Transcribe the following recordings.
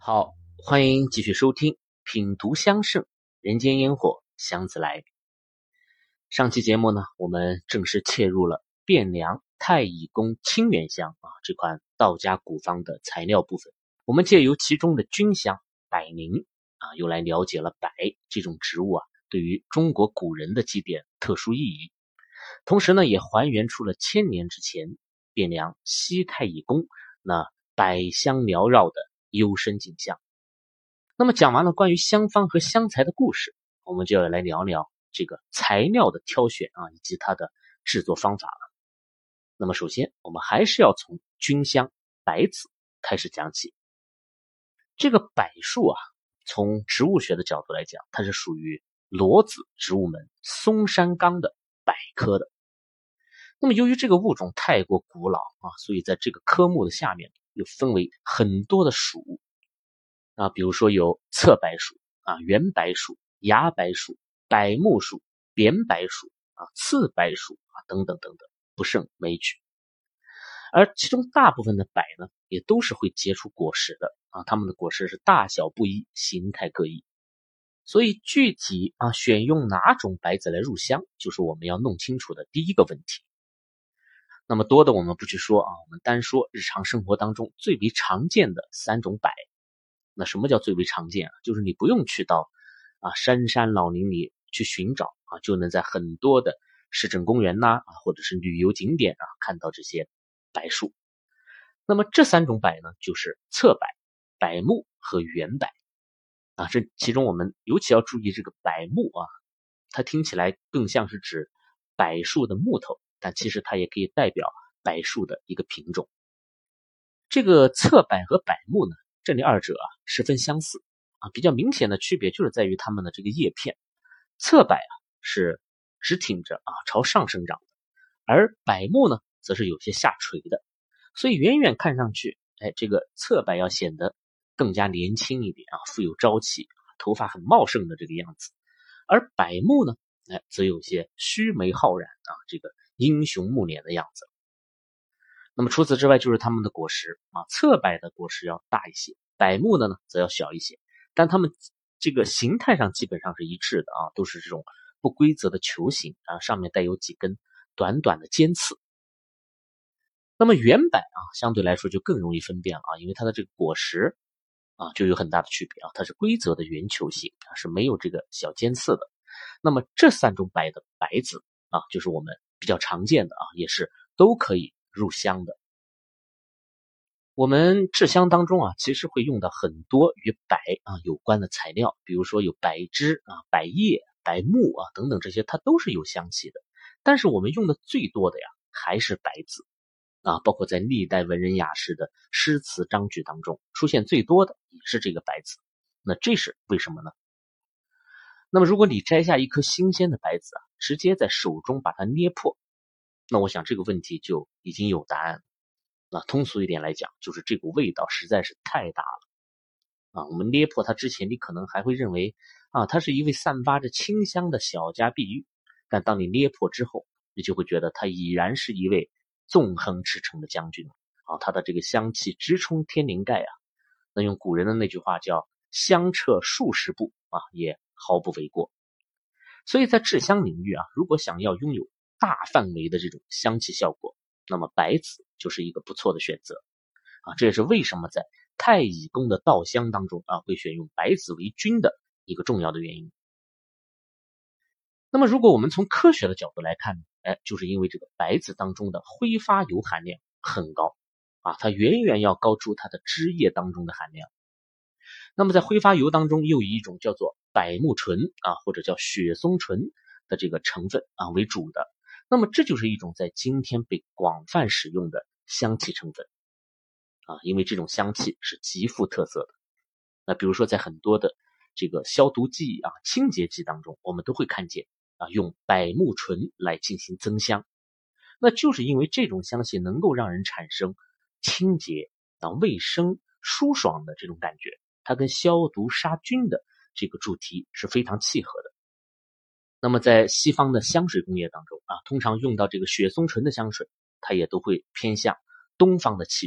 好，欢迎继续收听品读香盛，人间烟火香自来。上期节目呢，我们正式切入了汴梁太乙宫清源香这款道家古方的材料部分。我们借由其中的菌香百宁又来了解了柏这种植物对于中国古人的祭奠特殊意义。同时呢，也还原出了1000年之前汴梁西太乙宫那百香缭绕的幽深景象。那么讲完了关于香方和香材的故事，我们就要来聊聊这个材料的挑选以及它的制作方法了。那么首先我们还是要从菌香柏子开始讲起。这个柏树从植物学的角度来讲，它是属于裸子植物门松山纲的柏科的。那么由于这个物种太过古老所以在这个科目的下面又分为很多的属比如说有侧柏属圆柏属、芽柏属、柏木属、扁柏属刺柏属等等等等，不胜枚举。而其中大部分的柏呢，也都是会结出果实的它们的果实是大小不一，形态各异。所以具体选用哪种柏子来入香，就是我们要弄清楚的第一个问题。那么多的我们不去说我们单说日常生活当中最为常见的3种柏。那什么叫最为常见就是你不用去到深山老林里去寻找就能在很多的市政公园或者是旅游景点看到这些柏树。那么这3种柏呢，就是侧柏、柏木和圆柏这其中我们尤其要注意这个柏木它听起来更像是指柏树的木头，但其实它也可以代表柏树的一个品种。这个侧柏和柏木呢，这里二者十分相似比较明显的区别就是在于它们的这个叶片。侧柏是直挺着朝上生长的，而柏木呢则是有些下垂的。所以远远看上去这个侧柏要显得更加年轻一点富有朝气，头发很茂盛的这个样子。而柏木呢则有些须眉浩然这个英雄暮脸的样子。那么除此之外就是它们的果实侧柏的果实要大一些，柏木的呢则要小一些，但它们这个形态上基本上是一致的都是这种不规则的球形上面带有几根短短的尖刺。那么圆柏相对来说就更容易分辨了因为它的这个果实就有很大的区别它是规则的圆球形是没有这个小尖刺的。那么这3种柏的柏子就是我们比较常见的也是都可以入香的。我们制香当中其实会用到很多与柏有关的材料，比如说有柏枝柏叶、柏木等等，这些它都是有香气的。但是我们用的最多的还是柏子包括在历代文人雅士的诗词章句当中出现最多的也是这个柏子。那这是为什么呢？那么如果你摘下一颗新鲜的柏子直接在手中把它捏破，那我想这个问题就已经有答案了。通俗一点来讲，就是这股味道实在是太大了我们捏破它之前，你可能还会认为它是一位散发着清香的小家碧玉，但当你捏破之后，你就会觉得它已然是一位纵横驰骋的将军它的这个香气直冲天灵盖那用古人的那句话叫香彻数十步也毫不为过。所以在制香领域如果想要拥有大范围的这种香气效果，那么柏子就是一个不错的选择这也是为什么在太乙宫的稻香当中会选用柏子为君的一个重要的原因。那么如果我们从科学的角度来看就是因为这个柏子当中的挥发油含量很高它远远要高出它的枝叶当中的含量。那么在挥发油当中又以一种叫做柏木醇或者叫雪松醇的这个成分为主的。那么这就是一种在今天被广泛使用的香气成分因为这种香气是极富特色的。那比如说在很多的这个消毒剂清洁剂当中，我们都会看见用柏木醇来进行增香。那就是因为这种香气能够让人产生清洁卫生舒爽的这种感觉，它跟消毒杀菌的这个主题是非常契合的。那么在西方的香水工业当中通常用到这个雪松醇的香水，它也都会偏向东方的气质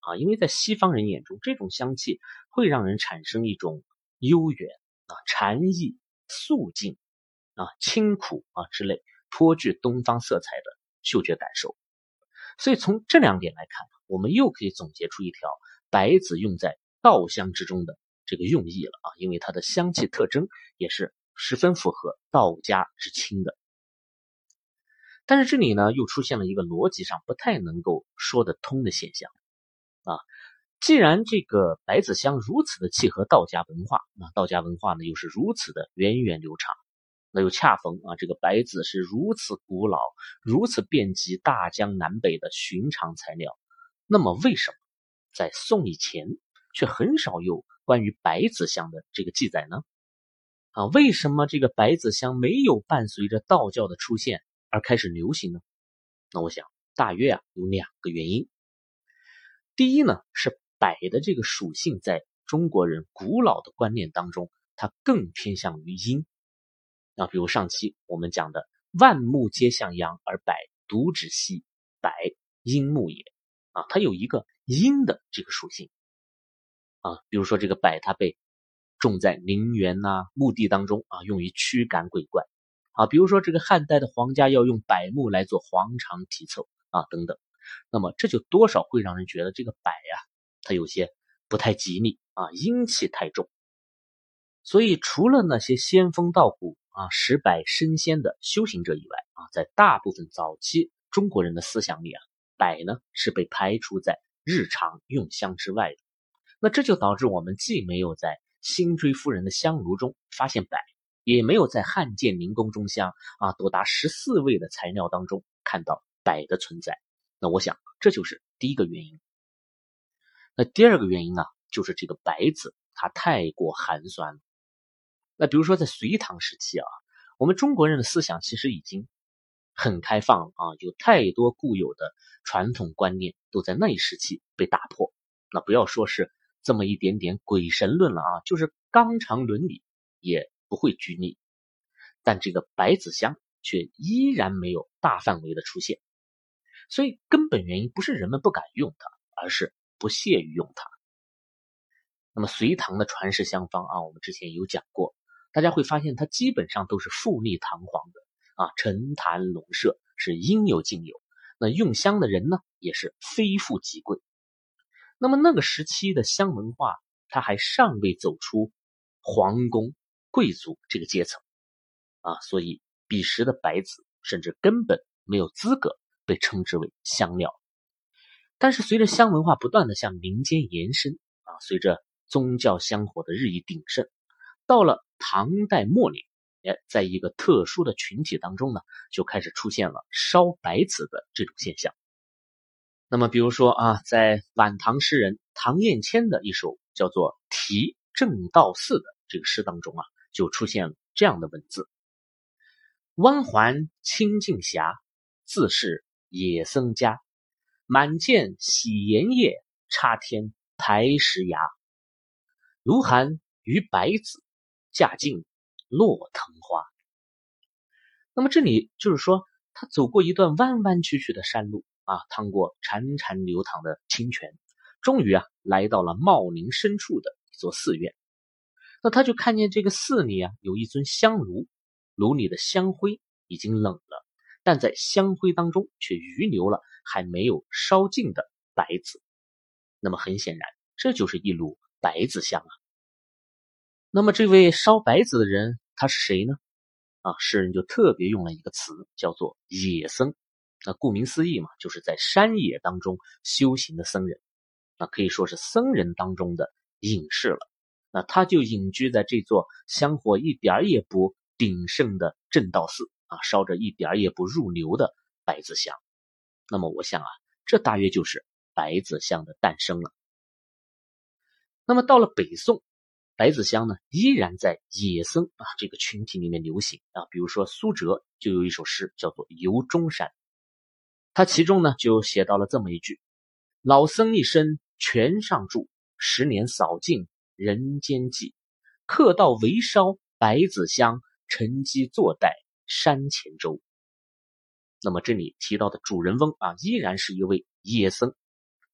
啊，因为在西方人眼中，这种香气会让人产生一种悠远啊、禅意、肃静啊、清苦啊之类颇具东方色彩的嗅觉感受。所以从这两点来看，我们又可以总结出一条白子用在道香之中的这个用意了啊，因为它的香气特征也是十分符合道家之清的。但是这里呢，又出现了一个逻辑上不太能够说得通的现象啊。既然这个白子香如此的契合道家文化，那道家文化呢又是如此的源远流长，那又恰逢啊这个白子是如此古老、如此遍及大江南北的寻常材料，那么为什么在宋以前却很少有关于白子香的这个记载呢？啊，为什么这个白子香没有伴随着道教的出现而开始流行呢？那我想大约有2个原因。第一呢，是柏的这个属性在中国人古老的观念当中，它更偏向于阴。啊，比如上期我们讲的万木皆向阳而柏独指西，柏阴木也啊，它有一个阴的这个属性啊。比如说这个柏它被种在陵园墓地当中啊，用于驱赶鬼怪啊。比如说这个汉代的皇家要用柏木来做黄肠题凑啊等等。那么这就多少会让人觉得这个柏它有些不太吉利啊，阴气太重。所以除了那些仙风道骨啊、识柏升仙的修行者以外啊，在大部分早期中国人的思想里柏呢是被排除在日常用香之外的。那这就导致我们既没有在辛追夫人的香炉中发现柏，也没有在汉建宁宫中香多达14味的材料当中看到柏的存在。那我想这就是第一个原因。那第二个原因就是这个柏子它太过寒酸了。那比如说在隋唐时期我们中国人的思想其实已经很开放了有太多固有的传统观念都在那一时期被打破。那不要说是这么一点点鬼神论了就是纲常伦理也不会拘泥。但这个柏子香却依然没有大范围的出现。所以根本原因不是人们不敢用它，而是不屑于用它。那么隋唐的传世香方我们之前有讲过，大家会发现它基本上都是富丽堂皇的陈坛龙麝，是应有尽有。那用香的人呢，也是非富即贵。那么那个时期的香文化，它还尚未走出皇宫贵族这个阶层所以彼时的柏子甚至根本没有资格被称之为香料。但是随着香文化不断的向民间延伸随着宗教香火的日益鼎盛，到了唐代末年，在一个特殊的群体当中呢，就开始出现了烧柏子的这种现象。那么比如说在晚唐诗人唐彦谦的一首叫做《题正道寺》的这个诗当中就出现了这样的文字：弯环清净霞，自是野僧家。满见洗盐叶，插天排石芽。如寒于柏子，驾尽落藤花。那么这里就是说，他走过一段弯弯曲曲的山路趟过潺潺流淌的清泉，终于来到了茂林深处的一座寺院。那他就看见这个寺里有一尊香炉，炉里的香灰已经冷了，但在香灰当中却余留了还没有烧尽的柏子。那么很显然，这就是一炉柏子香那么这位烧柏子的人他是谁呢？诗人就特别用了一个词叫做野僧。那顾名思义嘛，就是在山野当中修行的僧人。那可以说是僧人当中的隐士了。那他就隐居在这座香火一点也不鼎盛的正道寺烧着一点也不入流的柏子香。那么我想这大约就是柏子香的诞生了。那么到了北宋，柏子香呢依然在野僧这个群体里面流行比如说苏辙就有一首诗叫做《游中山》，他其中呢就写到了这么一句：老僧一生泉上住，10年扫尽人间迹。客到围烧柏子香，乘机坐待山前舟。那么这里提到的主人翁依然是一位野僧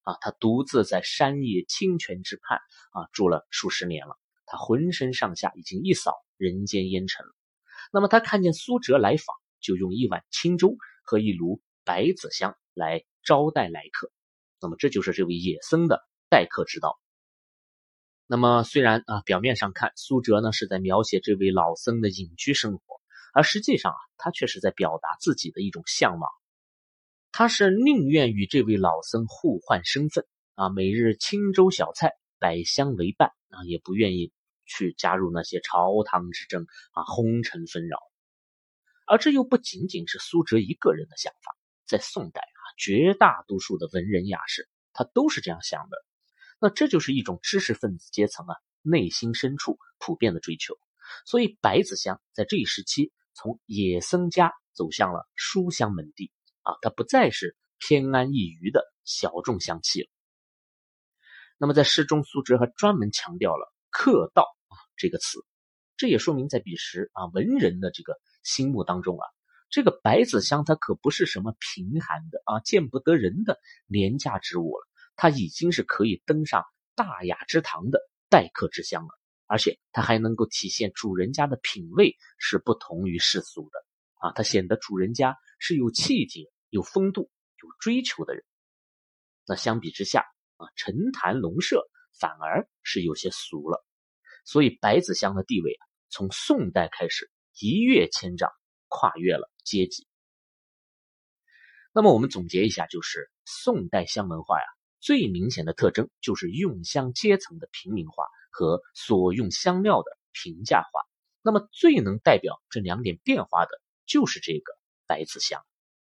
他独自在山野清泉之畔住了数十年了，他浑身上下已经一扫人间烟尘了。那么他看见苏辙来访，就用一碗清粥和一炉白子香来招待来客。那么这就是这位野僧的待客之道。那么虽然表面上看苏辙呢是在描写这位老僧的隐居生活，而实际上他却是在表达自己的一种向往。他是宁愿与这位老僧互换身份每日清粥小菜百香为伴也不愿意去加入那些朝堂之争红尘纷扰。而这又不仅仅是苏辙一个人的想法，在宋代绝大多数的文人雅士他都是这样想的。那这就是一种知识分子阶层内心深处普遍的追求。所以白子香在这一时期从野僧家走向了书香门第它不再是偏安一隅的小众香气了。那么在诗中苏辙还专门强调了客道这个词，这也说明在彼时文人的这个心目当中这个白子香它可不是什么贫寒的见不得人的廉价之物了，它已经是可以登上大雅之堂的待客之香了，而且它还能够体现主人家的品味是不同于世俗的它显得主人家是有气节、有风度、有追求的人。那相比之下陈坛龙舍反而是有些俗了。所以白子香的地位从宋代开始一跃千丈，跨越了阶级。那么我们总结一下，就是宋代香文化最明显的特征就是用香阶层的平民化和所用香料的平价化。那么最能代表这两点变化的就是这个白子香。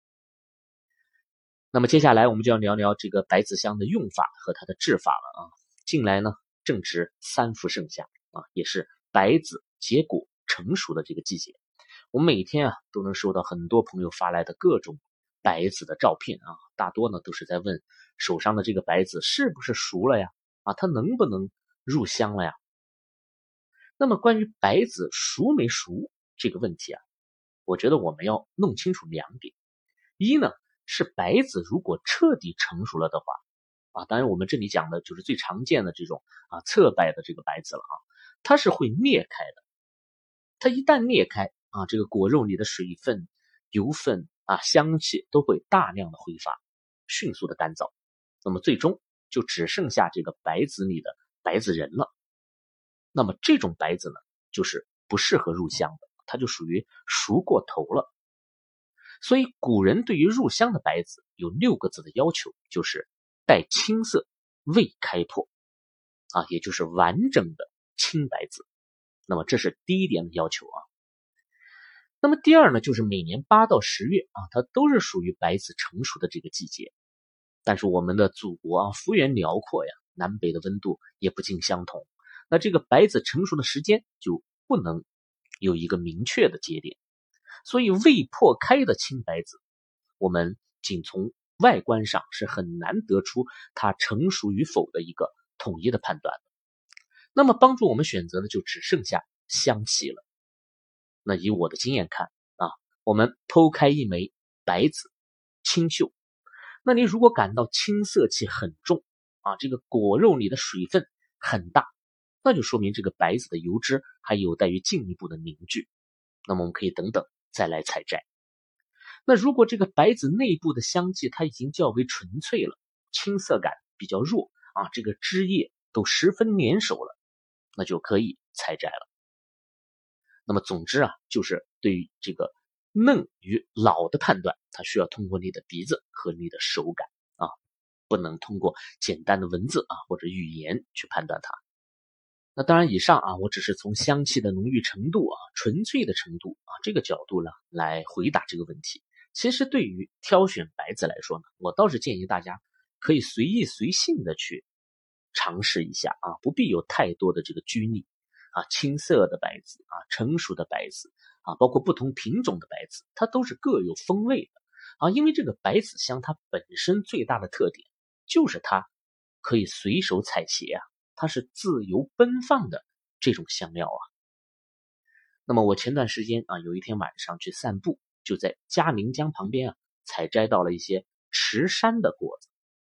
那么接下来我们就要聊聊这个白子香的用法和它的制法了近来呢正值三伏盛夏也是白子结果成熟的这个季节。我们每天都能收到很多朋友发来的各种白子的照片大多呢都是在问手上的这个白子是不是熟了呀它能不能入香了呀。那么关于白子熟没熟这个问题我觉得我们要弄清楚两点。一呢是白子如果彻底成熟了的话当然我们这里讲的就是最常见的这种侧白的这个白子了它是会裂开的。它一旦裂开这个果肉里的水分、油分香气都会大量的挥发，迅速的干燥，那么最终就只剩下这个白子里的白子仁了。那么这种白子呢就是不适合入香的，它就属于熟过头了。所以古人对于入香的白子有6个字的要求，就是带青色，未开破也就是完整的青白子。那么这是第一点的要求那么第二呢，就是每年8到10月它都是属于白子成熟的这个季节。但是我们的祖国幅员辽阔呀，南北的温度也不尽相同，那这个白子成熟的时间就不能有一个明确的节点。所以未破开的青白子，我们仅从外观上是很难得出它成熟与否的一个统一的判断的。那么帮助我们选择的就只剩下香气了。那以我的经验看我们剖开一枚白子清秀，那你如果感到青色气很重这个果肉里的水分很大，那就说明这个白子的油脂还有待于进一步的凝聚，那么我们可以等等再来采摘。那如果这个白子内部的香气它已经较为纯粹了，青涩感比较弱这个枝叶都十分粘手了，那就可以采摘了。那么总之就是对于这个嫩与老的判断，它需要通过你的鼻子和你的手感不能通过简单的文字或者语言去判断它。那当然以上我只是从香气的浓郁程度纯粹的程度这个角度呢来回答这个问题。其实对于挑选白子来说呢，我倒是建议大家可以随意随性的去尝试一下不必有太多的这个拘泥青色的白子成熟的白子包括不同品种的白子，它都是各有风味的因为这个白子香它本身最大的特点就是它可以随手采撷它是自由奔放的这种香料那么我前段时间有一天晚上去散步，就在嘉陵江旁边采摘到了一些池山的果子。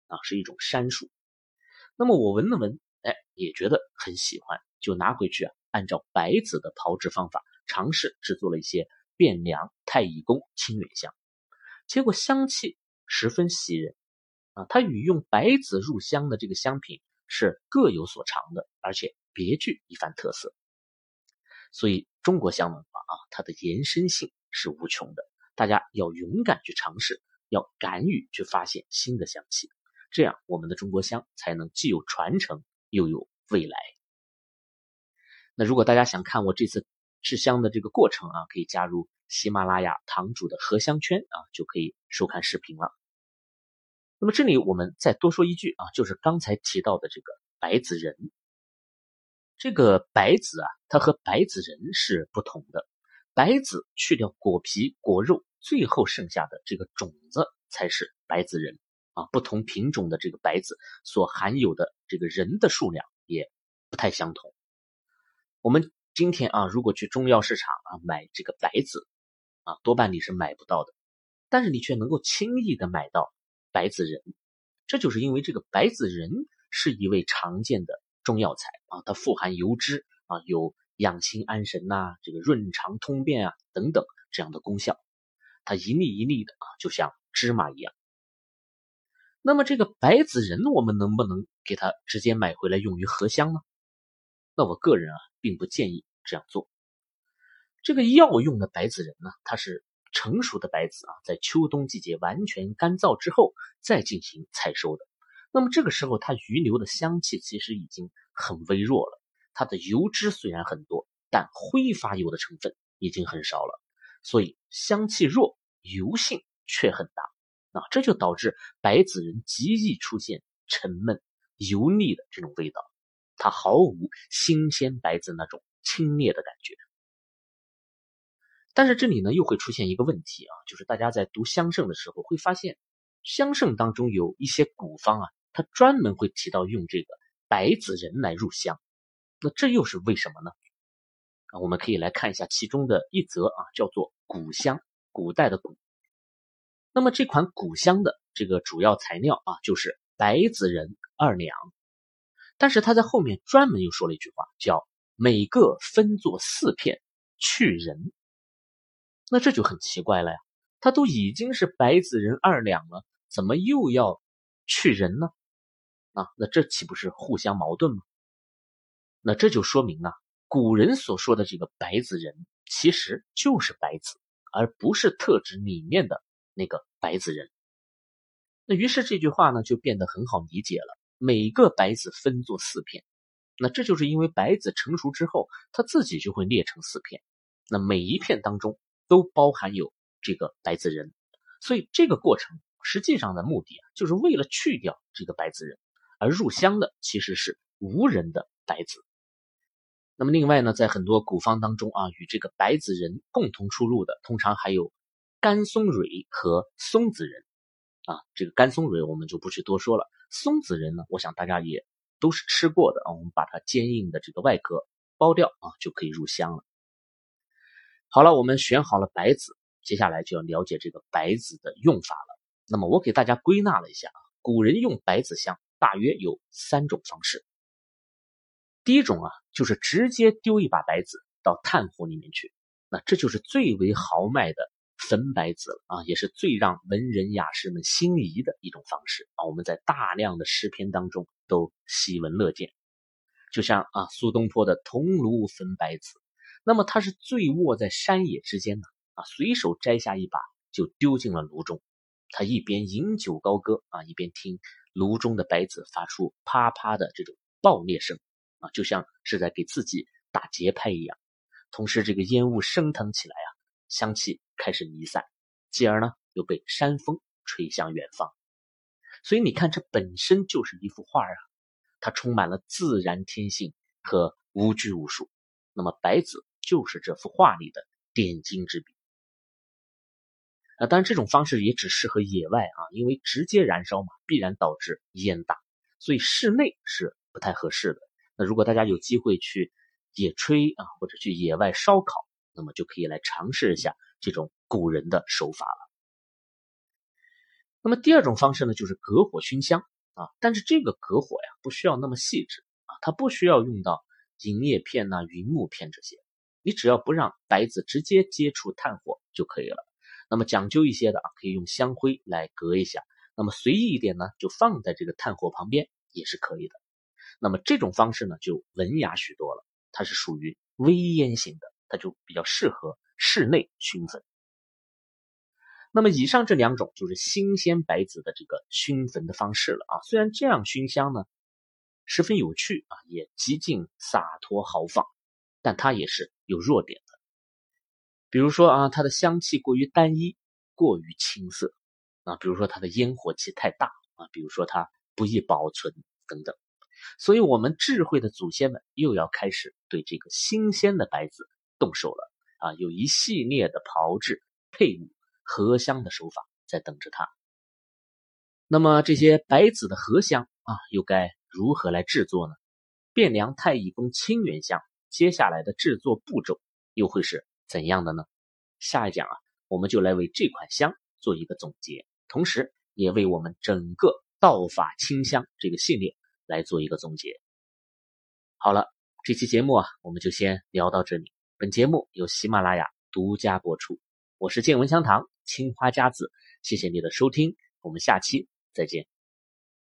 是一种杉树。那么我闻了闻，也觉得很喜欢，就拿回去按照白子的炮制方法尝试制作了一些汴梁太乙宫清远香，结果香气十分袭人它与用白子入香的这个香品是各有所长的，而且别具一番特色。所以中国香文化它的延伸性是无穷的，大家要勇敢去尝试，要敢于去发现新的香气，这样我们的中国香才能既有传承又有未来。那如果大家想看我这次制香的这个过程可以加入喜马拉雅堂主的合香圈就可以收看视频了。那么这里我们再多说一句就是刚才提到的这个白子仁。这个白子它和白子仁是不同的，白子去掉果皮果肉，最后剩下的这个种子才是白子仁不同品种的这个白子所含有的这个仁的数量也不太相同。我们今天如果去中药市场买这个白子多半你是买不到的，但是你却能够轻易的买到白子仁，这就是因为这个白子仁是一味常见的中药材它富含油脂有养心安神这个润肠通便等等这样的功效，它一粒一粒的就像芝麻一样。那么这个白子仁我们能不能给它直接买回来用于合香呢？那我个人并不建议这样做。这个药用的白子仁呢，它是成熟的白子在秋冬季节完全干燥之后再进行采收的。那么这个时候它余留的香气其实已经很微弱了，它的油脂虽然很多，但挥发油的成分已经很少了，所以香气弱，油性却很大这就导致白子仁极易出现沉闷油腻的这种味道，它毫无新鲜白子那种清冽的感觉。但是这里呢又会出现一个问题就是大家在读香圣的时候会发现，香圣当中有一些古方它专门会提到用这个白子仁来入香，那这又是为什么呢？我们可以来看一下其中的一则叫做古香，古代的古。那么这款古香的这个主要材料就是白子仁2两，但是他在后面专门又说了一句话，叫每个分作4片去仁。那这就很奇怪了呀，它都已经是白子仁2两了，怎么又要去仁呢？那这岂不是互相矛盾吗？那这就说明古人所说的这个白子仁其实就是白子，而不是特指里面的那个白子仁。那于是这句话呢就变得很好理解了，每个白子分作4片，那这就是因为白子成熟之后它自己就会裂成4片，那每一片当中都包含有这个白子仁，所以这个过程实际上的目的就是为了去掉这个白子仁，而入香的其实是无仁的白子。那么另外呢，在很多古方当中与这个白子仁共同出入的通常还有甘松蕊和松子仁这个甘松蕊我们就不去多说了，松子仁呢我想大家也都是吃过的我们把它坚硬的这个外壳剥掉就可以入香了。好了，我们选好了白子，接下来就要了解这个白子的用法了。那么我给大家归纳了一下古人用白子香大约有3种方式。第一种就是直接丢一把白子到炭火里面去，那这就是最为豪迈的焚白子了也是最让文人雅士们心仪的一种方式我们在大量的诗篇当中都喜闻乐见。就像苏东坡的桐庐焚白子，那么他是醉卧在山野之间随手摘下一把就丢进了炉中，他一边饮酒高歌一边听炉中的白子发出啪啪的这种爆裂声就像是在给自己打节拍一样。同时这个烟雾升腾起来香气开始弥散，继而呢又被山风吹向远方。所以你看，这本身就是一幅画它充满了自然天性和无拘无束。那么白子就是这幅画里的点睛之笔。当然这种方式也只适合野外因为直接燃烧必然导致烟大，所以室内是不太合适的。那如果大家有机会去野炊或者去野外烧烤，那么就可以来尝试一下这种古人的手法了。那么第二种方式呢，就是隔火熏香但是这个隔火呀不需要那么细致它不需要用到银叶片云幕片这些，你只要不让白子直接接触炭火就可以了。那么讲究一些的可以用香灰来隔一下，那么随意一点呢就放在这个炭火旁边也是可以的。那么这种方式呢就文雅许多了，它是属于微烟型的，它就比较适合室内熏焚。那么以上这2种就是新鲜白子的这个熏焚的方式了虽然这样熏香呢十分有趣也极尽洒脱豪放，但它也是有弱点的。比如说它的香气过于单一，过于青涩比如说它的烟火气太大比如说它不易保存等等。所以我们智慧的祖先们又要开始对这个新鲜的白子动手了有一系列的炮制、配伍、合香的手法在等着它。那么这些白子的合香又该如何来制作呢？汴梁太乙宫清源香接下来的制作步骤又会是怎样的呢？下一讲我们就来为这款香做一个总结，同时也为我们整个道法清香这个系列来做一个总结。好了，这期节目我们就先聊到这里。本节目由喜马拉雅独家播出，我是见闻香堂青花家子，谢谢你的收听，我们下期再见。